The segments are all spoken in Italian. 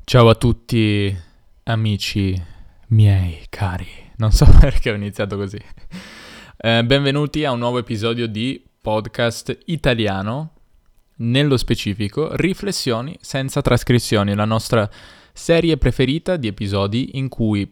Ciao a tutti, amici miei cari. Non so perché ho iniziato così. Benvenuti a un nuovo episodio di podcast italiano, nello specifico Riflessioni senza trascrizioni, la nostra serie preferita di episodi in cui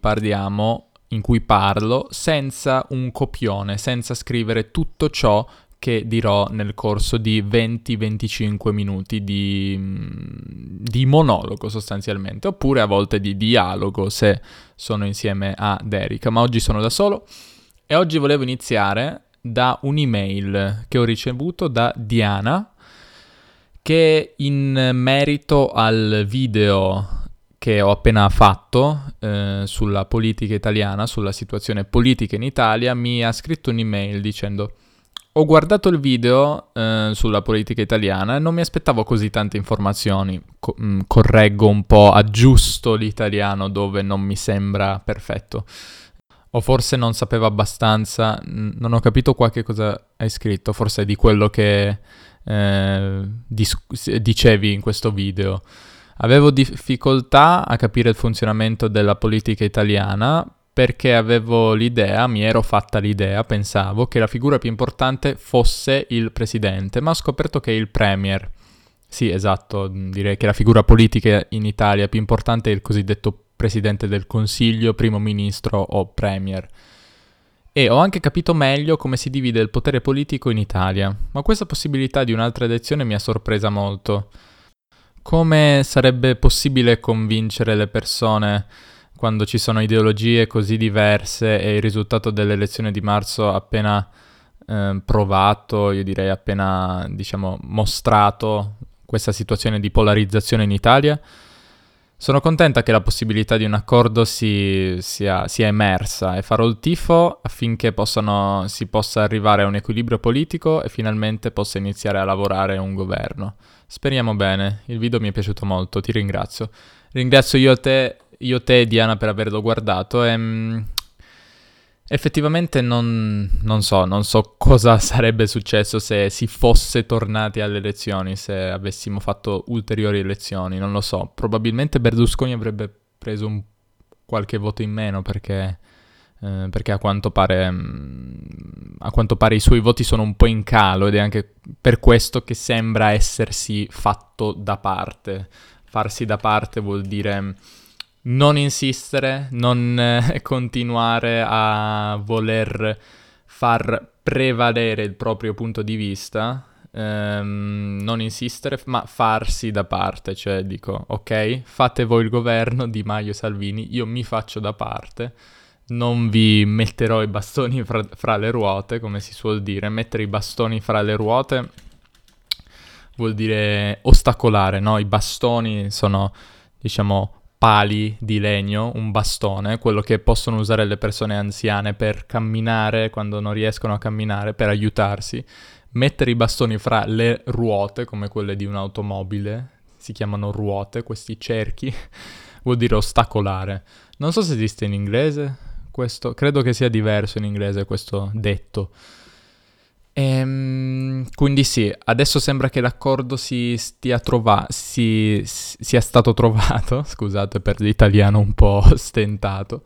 parlo senza un copione, senza scrivere tutto ciò che dirò nel corso di 20-25 minuti di monologo sostanzialmente, oppure a volte di dialogo se sono insieme ad Erika, ma oggi sono da solo e oggi volevo iniziare da un'email che ho ricevuto da Diana, che in merito al video che ho appena fatto sulla politica italiana, sulla situazione politica in Italia, mi ha scritto un'email dicendo: ho guardato il video sulla politica italiana e non mi aspettavo così tante informazioni. Correggo un po', aggiusto l'italiano dove non mi sembra perfetto. O forse non sapevo abbastanza, non ho capito qualche cosa hai scritto, forse di quello che dicevi in questo video. Avevo difficoltà a capire il funzionamento della politica italiana perché mi ero fatta l'idea, pensavo, che la figura più importante fosse il presidente, ma ho scoperto che è il premier. Sì, esatto, direi che la figura politica in Italia più importante è il cosiddetto presidente del Consiglio, primo ministro o premier. E ho anche capito meglio come si divide il potere politico in Italia, ma questa possibilità di un'altra elezione mi ha sorpresa molto. Come sarebbe possibile convincere le persone quando ci sono ideologie così diverse e il risultato delle elezioni di marzo appena provato, io direi appena, mostrato questa situazione di polarizzazione in Italia? Sono contenta che la possibilità di un accordo sia emersa e farò il tifo affinché si possa arrivare a un equilibrio politico e finalmente possa iniziare a lavorare un governo. Speriamo bene, il video mi è piaciuto molto, ti ringrazio. Ringrazio io te e Diana per averlo guardato e effettivamente non so cosa sarebbe successo se si fosse tornati alle elezioni, se avessimo fatto ulteriori elezioni, non lo so. Probabilmente Berlusconi avrebbe preso qualche voto in meno perché a quanto pare i suoi voti sono un po' in calo ed è anche per questo che sembra essersi fatto da parte. Farsi da parte vuol dire non insistere, non continuare a voler far prevalere il proprio punto di vista, non insistere, ma farsi da parte, cioè dico, ok, fate voi il governo, Di Maio e Salvini, io mi faccio da parte, non vi metterò i bastoni fra le ruote, come si suol dire. Mettere i bastoni fra le ruote vuol dire ostacolare, no? I bastoni sono, pali di legno, un bastone, quello che possono usare le persone anziane per camminare quando non riescono a camminare, per aiutarsi. Mettere i bastoni fra le ruote, come quelle di un'automobile, si chiamano ruote, questi cerchi, vuol dire ostacolare. Non so se esiste in inglese questo, credo che sia diverso in inglese questo detto. Quindi sì, adesso sembra che l'accordo sia stato trovato, scusate per l'italiano un po' stentato.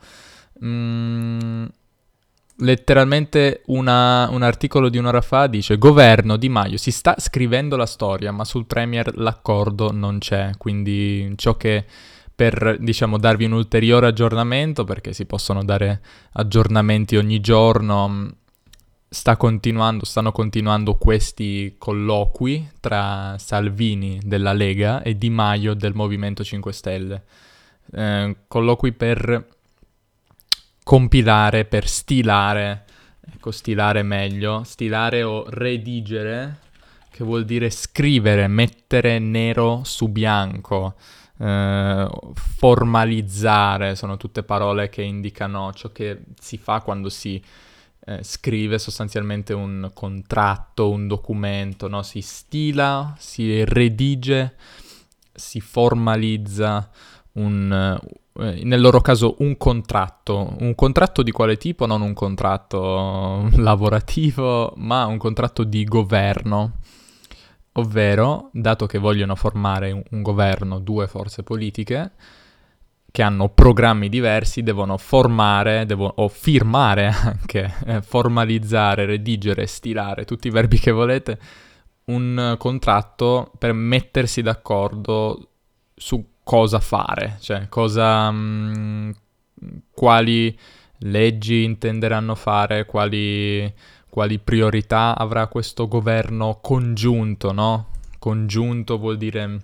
Letteralmente un articolo di un'ora fa dice: governo Di Maio, si sta scrivendo la storia, ma sul premier l'accordo non c'è, quindi ciò che per, darvi un ulteriore aggiornamento, perché si possono dare aggiornamenti ogni giorno, stanno continuando questi colloqui tra Salvini della Lega e Di Maio del Movimento 5 Stelle. Colloqui per compilare, per stilare meglio, stilare o redigere, che vuol dire scrivere, mettere nero su bianco, formalizzare, sono tutte parole che indicano ciò che si fa quando si scrive sostanzialmente un contratto, un documento, no? Si stila, si redige, si formalizza nel loro caso un contratto di quale tipo? Non un contratto lavorativo, ma un contratto di governo. ovvero, dato che vogliono formare un governo, due forze politiche, che hanno programmi diversi, devono formare, o firmare anche, formalizzare, redigere, stilare, tutti i verbi che volete, un contratto per mettersi d'accordo su cosa fare, cioè quali leggi intenderanno fare, quali priorità avrà questo governo congiunto, no? Congiunto vuol dire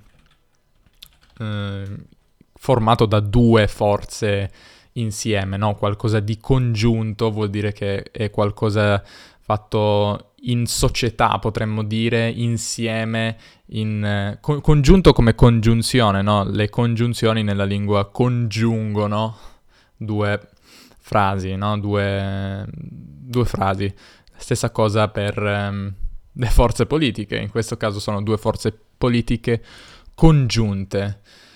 formato da due forze insieme, no? Qualcosa di congiunto vuol dire che è qualcosa fatto in società, potremmo dire, insieme, congiunto come congiunzione, no? Le congiunzioni nella lingua congiungono due frasi, no? Due frasi. Stessa cosa per le forze politiche, in questo caso sono due forze politiche congiunte,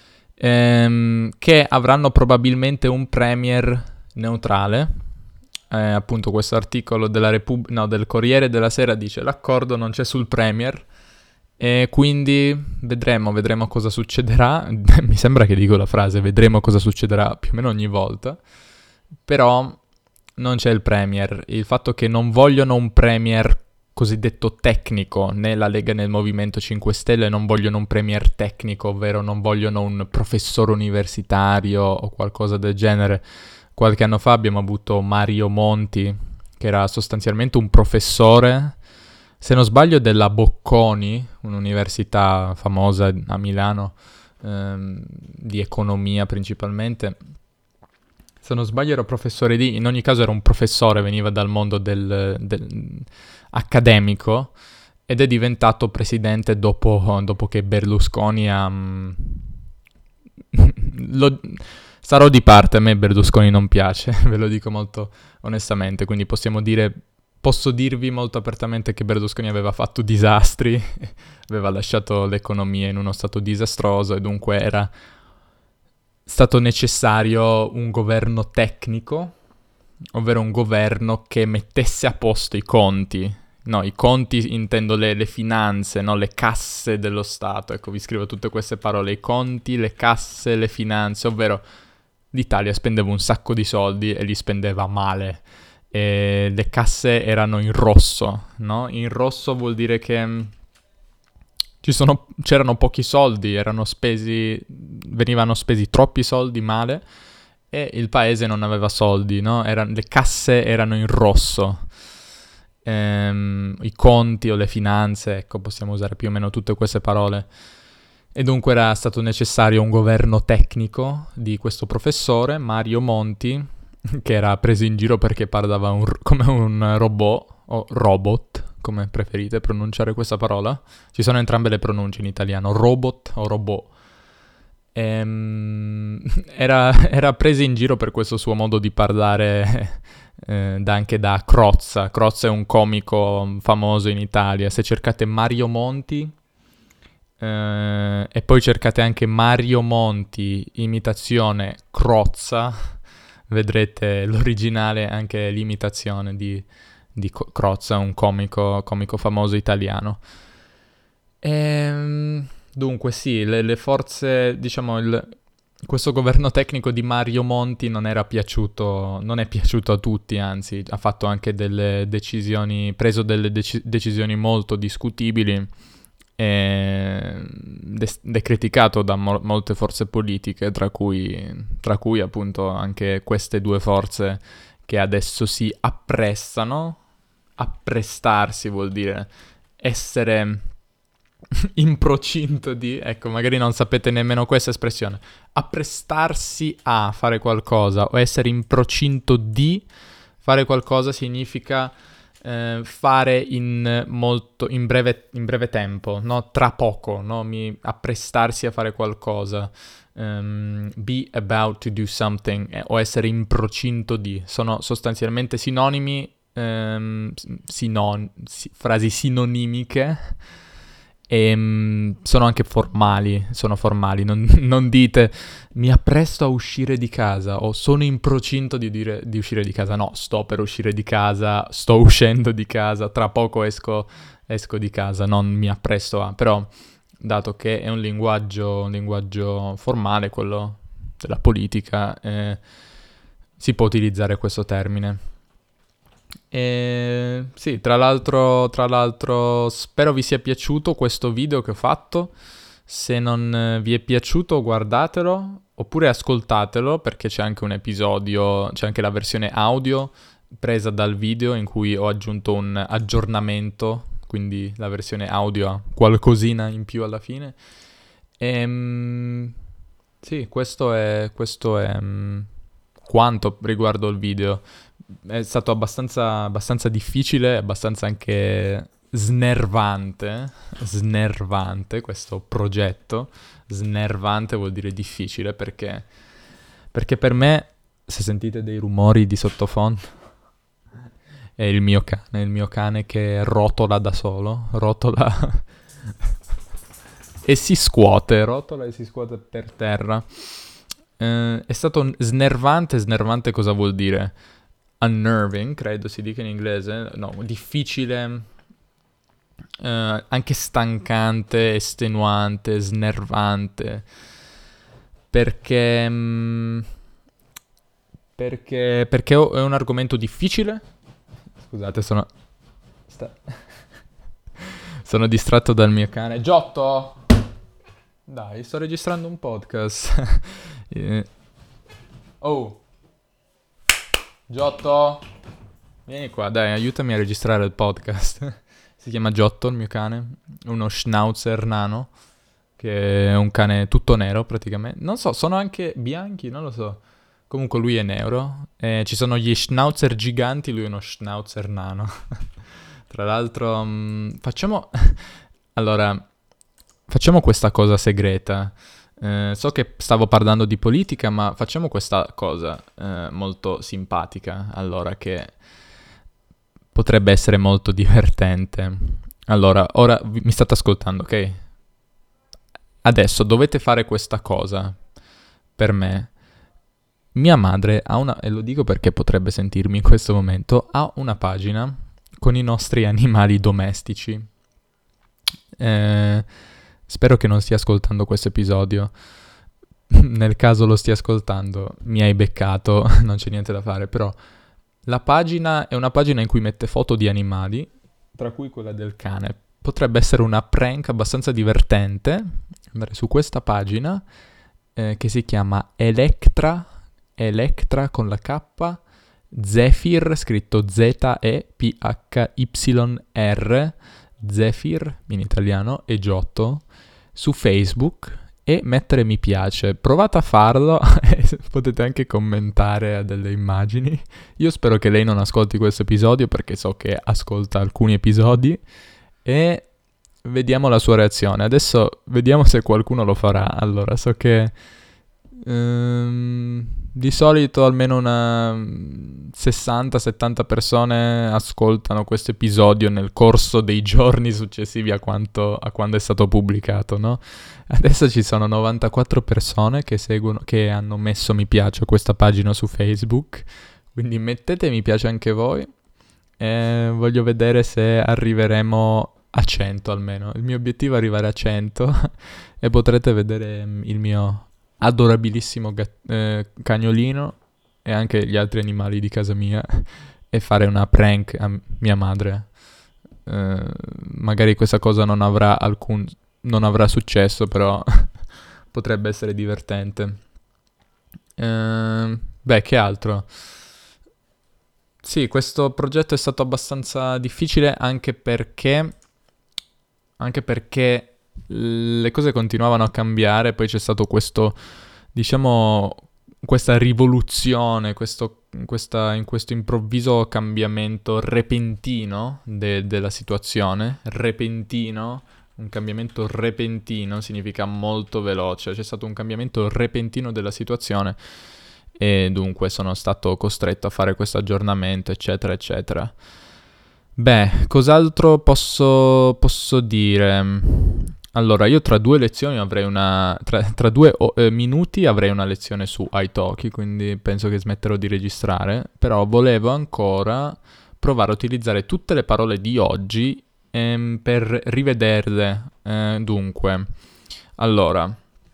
che avranno probabilmente un premier neutrale. Appunto questo articolo del Corriere della Sera dice l'accordo non c'è sul premier, e quindi vedremo cosa succederà. Mi sembra che dico la frase vedremo cosa succederà più o meno ogni volta, però non c'è il premier. Il fatto che non vogliono un premier cosiddetto tecnico, né la Lega né il Movimento 5 Stelle non vogliono un premier tecnico, ovvero non vogliono un professore universitario o qualcosa del genere. Qualche anno fa abbiamo avuto Mario Monti, che era sostanzialmente un professore, se non sbaglio, della Bocconi, un'università famosa a Milano, di economia principalmente. Se non sbaglio era professore in ogni caso era un professore, veniva dal mondo del accademico, ed è diventato presidente dopo che Berlusconi ha... Sarò di parte, a me Berlusconi non piace, ve lo dico molto onestamente, quindi posso dirvi molto apertamente che Berlusconi aveva fatto disastri, aveva lasciato l'economia in uno stato disastroso e dunque era stato necessario un governo tecnico, ovvero un governo che mettesse a posto i conti. No, i conti intendo le finanze, no? Le casse dello Stato. Ecco, vi scrivo tutte queste parole: i conti, le casse, le finanze, ovvero l'Italia spendeva un sacco di soldi e li spendeva male. E le casse erano in rosso, no? In rosso vuol dire che c'erano pochi soldi, venivano spesi troppi soldi male e il paese non aveva soldi, no? Le casse erano in rosso. I conti o le finanze, ecco, possiamo usare più o meno tutte queste parole. E dunque era stato necessario un governo tecnico di questo professore, Mario Monti, che era preso in giro perché parlava come un robot, o robot, come preferite pronunciare questa parola. Ci sono entrambe le pronunce in italiano, robot o robot. Era preso in giro per questo suo modo di parlare anche da Crozza. Crozza è un comico famoso in Italia. Se cercate Mario Monti e poi cercate anche Mario Monti imitazione Crozza, vedrete l'originale, anche l'imitazione di Crozza, un comico famoso italiano. Dunque sì, le forze, diciamo, questo governo tecnico di Mario Monti non è piaciuto a tutti, anzi ha fatto anche preso delle decisioni molto discutibili ed è criticato da molte forze politiche, tra cui appunto anche queste due forze che adesso si apprestano. Apprestarsi vuol dire essere in procinto di, ecco, magari non sapete nemmeno questa espressione. Apprestarsi a fare qualcosa o essere in procinto di fare qualcosa significa fare in breve tempo, no? Tra poco, no? Apprestarsi a fare qualcosa. Be about to do something, o essere in procinto di, sono sostanzialmente sinonimi, frasi sinonimiche, Sono anche formali, non dite mi appresto a uscire di casa o sono in procinto di uscire di casa. No, sto per uscire di casa, sto uscendo di casa, tra poco esco di casa, non mi appresto a. Però, dato che è un linguaggio formale, quello della politica, si può utilizzare questo termine. Sì, tra l'altro spero vi sia piaciuto questo video che ho fatto. Se non vi è piaciuto, guardatelo oppure ascoltatelo, perché c'è anche un episodio, c'è anche la versione audio presa dal video in cui ho aggiunto un aggiornamento, quindi la versione audio ha qualcosina in più alla fine. Sì, questo è quanto riguardo il video. È stato abbastanza difficile, abbastanza anche snervante questo progetto. Snervante vuol dire difficile perché per me, se sentite dei rumori di sottofondo, è il mio cane che rotola da solo, rotola e si scuote, rotola e si scuote per terra. È stato snervante cosa vuol dire? Unnerving, credo si dica in inglese, no, difficile, anche stancante, estenuante, snervante, perché è un argomento difficile. Scusate, sono distratto dal mio cane. Giotto! Dai, sto registrando un podcast. Oh! Giotto, vieni qua, dai, aiutami a registrare il podcast. Si chiama Giotto, il mio cane, uno schnauzer nano, che è un cane tutto nero praticamente. Non so, sono anche bianchi, non lo so. Comunque lui è nero. Ci sono gli schnauzer giganti, lui è uno schnauzer nano. Tra l'altro, allora, facciamo questa cosa segreta. So che stavo parlando di politica, ma facciamo questa cosa molto simpatica, allora, che potrebbe essere molto divertente. Allora, ora mi state ascoltando, ok? Adesso dovete fare questa cosa per me. Mia madre ha e lo dico perché potrebbe sentirmi in questo momento, ha una pagina con i nostri animali domestici. Spero che non stia ascoltando questo episodio. Nel caso lo stia ascoltando, mi hai beccato, non c'è niente da fare, però la pagina è una pagina in cui mette foto di animali, tra cui quella del cane. Potrebbe essere una prank abbastanza divertente andare su questa pagina che si chiama Electra con la K, Zephyr, scritto Z-E-P-H-Y-R, Zephyr in italiano, e Giotto, su Facebook, e mettere mi piace. Provate a farlo e potete anche commentare a delle immagini. Io spero che lei non ascolti questo episodio perché so che ascolta alcuni episodi, e vediamo la sua reazione. Adesso vediamo se qualcuno lo farà. Allora, so che di solito almeno una 60-70 persone ascoltano questo episodio nel corso dei giorni successivi a quando è stato pubblicato, no? Adesso ci sono 94 persone che seguono, che hanno messo mi piace a questa pagina su Facebook, quindi mettete mi piace anche voi. Voglio vedere se arriveremo a 100 almeno. Il mio obiettivo è arrivare a 100 e potrete vedere il mio adorabilissimo cagnolino e anche gli altri animali di casa mia e fare una prank a mia madre. Magari questa cosa non avrà successo, però potrebbe essere divertente. Beh, che altro? Sì, questo progetto è stato abbastanza difficile anche perché le cose continuavano a cambiare, poi c'è stato questo, diciamo, questa rivoluzione, questo improvviso cambiamento repentino della situazione. Repentino, un cambiamento repentino significa molto veloce, c'è stato un cambiamento repentino della situazione e dunque sono stato costretto a fare questo aggiornamento, eccetera, eccetera. Beh, cos'altro posso dire? Allora, io tra due lezioni avrei tra due minuti avrei una lezione su Italki, quindi penso che smetterò di registrare, però volevo ancora provare a utilizzare tutte le parole di oggi per rivederle. Dunque, allora,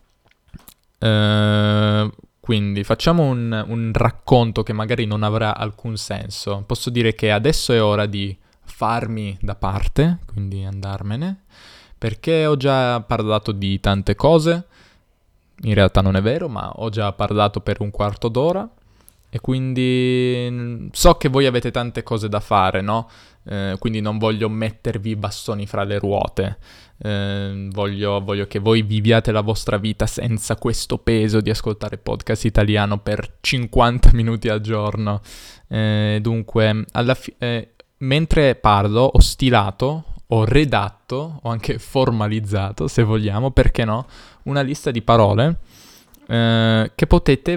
quindi facciamo un racconto che magari non avrà alcun senso. Posso dire che adesso è ora di farmi da parte, quindi andarmene, perché ho già parlato di tante cose. In realtà non è vero, ma ho già parlato per un quarto d'ora e quindi so che voi avete tante cose da fare, no? Quindi non voglio mettervi i bastoni fra le ruote. Voglio che voi viviate la vostra vita senza questo peso di ascoltare podcast italiano per 50 minuti al giorno. Dunque, mentre parlo, ho stilato, ho redatto, ho anche formalizzato, se vogliamo, perché no, una lista di parole che potete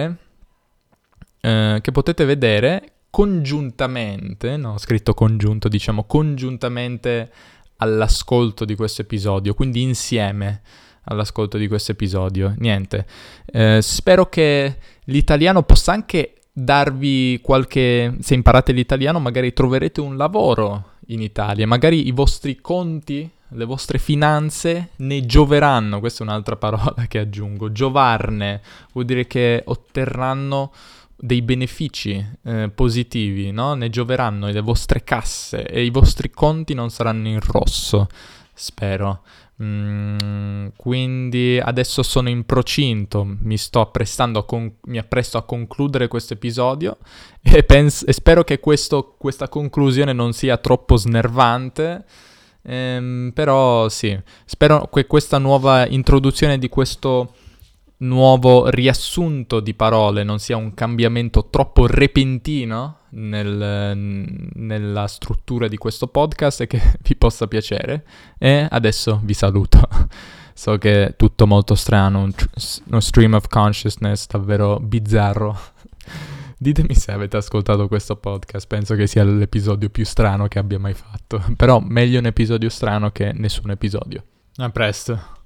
vedere congiuntamente, no, ho scritto congiunto, diciamo congiuntamente all'ascolto di questo episodio, quindi insieme all'ascolto di questo episodio. Niente, spero che l'italiano possa anche darvi qualche... Se imparate l'italiano magari troverete un lavoro in Italia, magari i vostri conti, le vostre finanze ne gioveranno, questa è un'altra parola che aggiungo, giovarne vuol dire che otterranno dei benefici positivi, no? Ne gioveranno le vostre casse e i vostri conti non saranno in rosso, spero. Quindi adesso sono in procinto, mi appresto a concludere questo episodio e spero che questa conclusione non sia troppo snervante, però sì, spero che questa nuova introduzione di questo nuovo riassunto di parole non sia un cambiamento troppo repentino nella struttura di questo podcast e che vi possa piacere. E adesso vi saluto. So che è tutto molto strano, uno stream of consciousness davvero bizzarro. Ditemi se avete ascoltato questo podcast, penso che sia l'episodio più strano che abbia mai fatto. Però meglio un episodio strano che nessun episodio. A presto.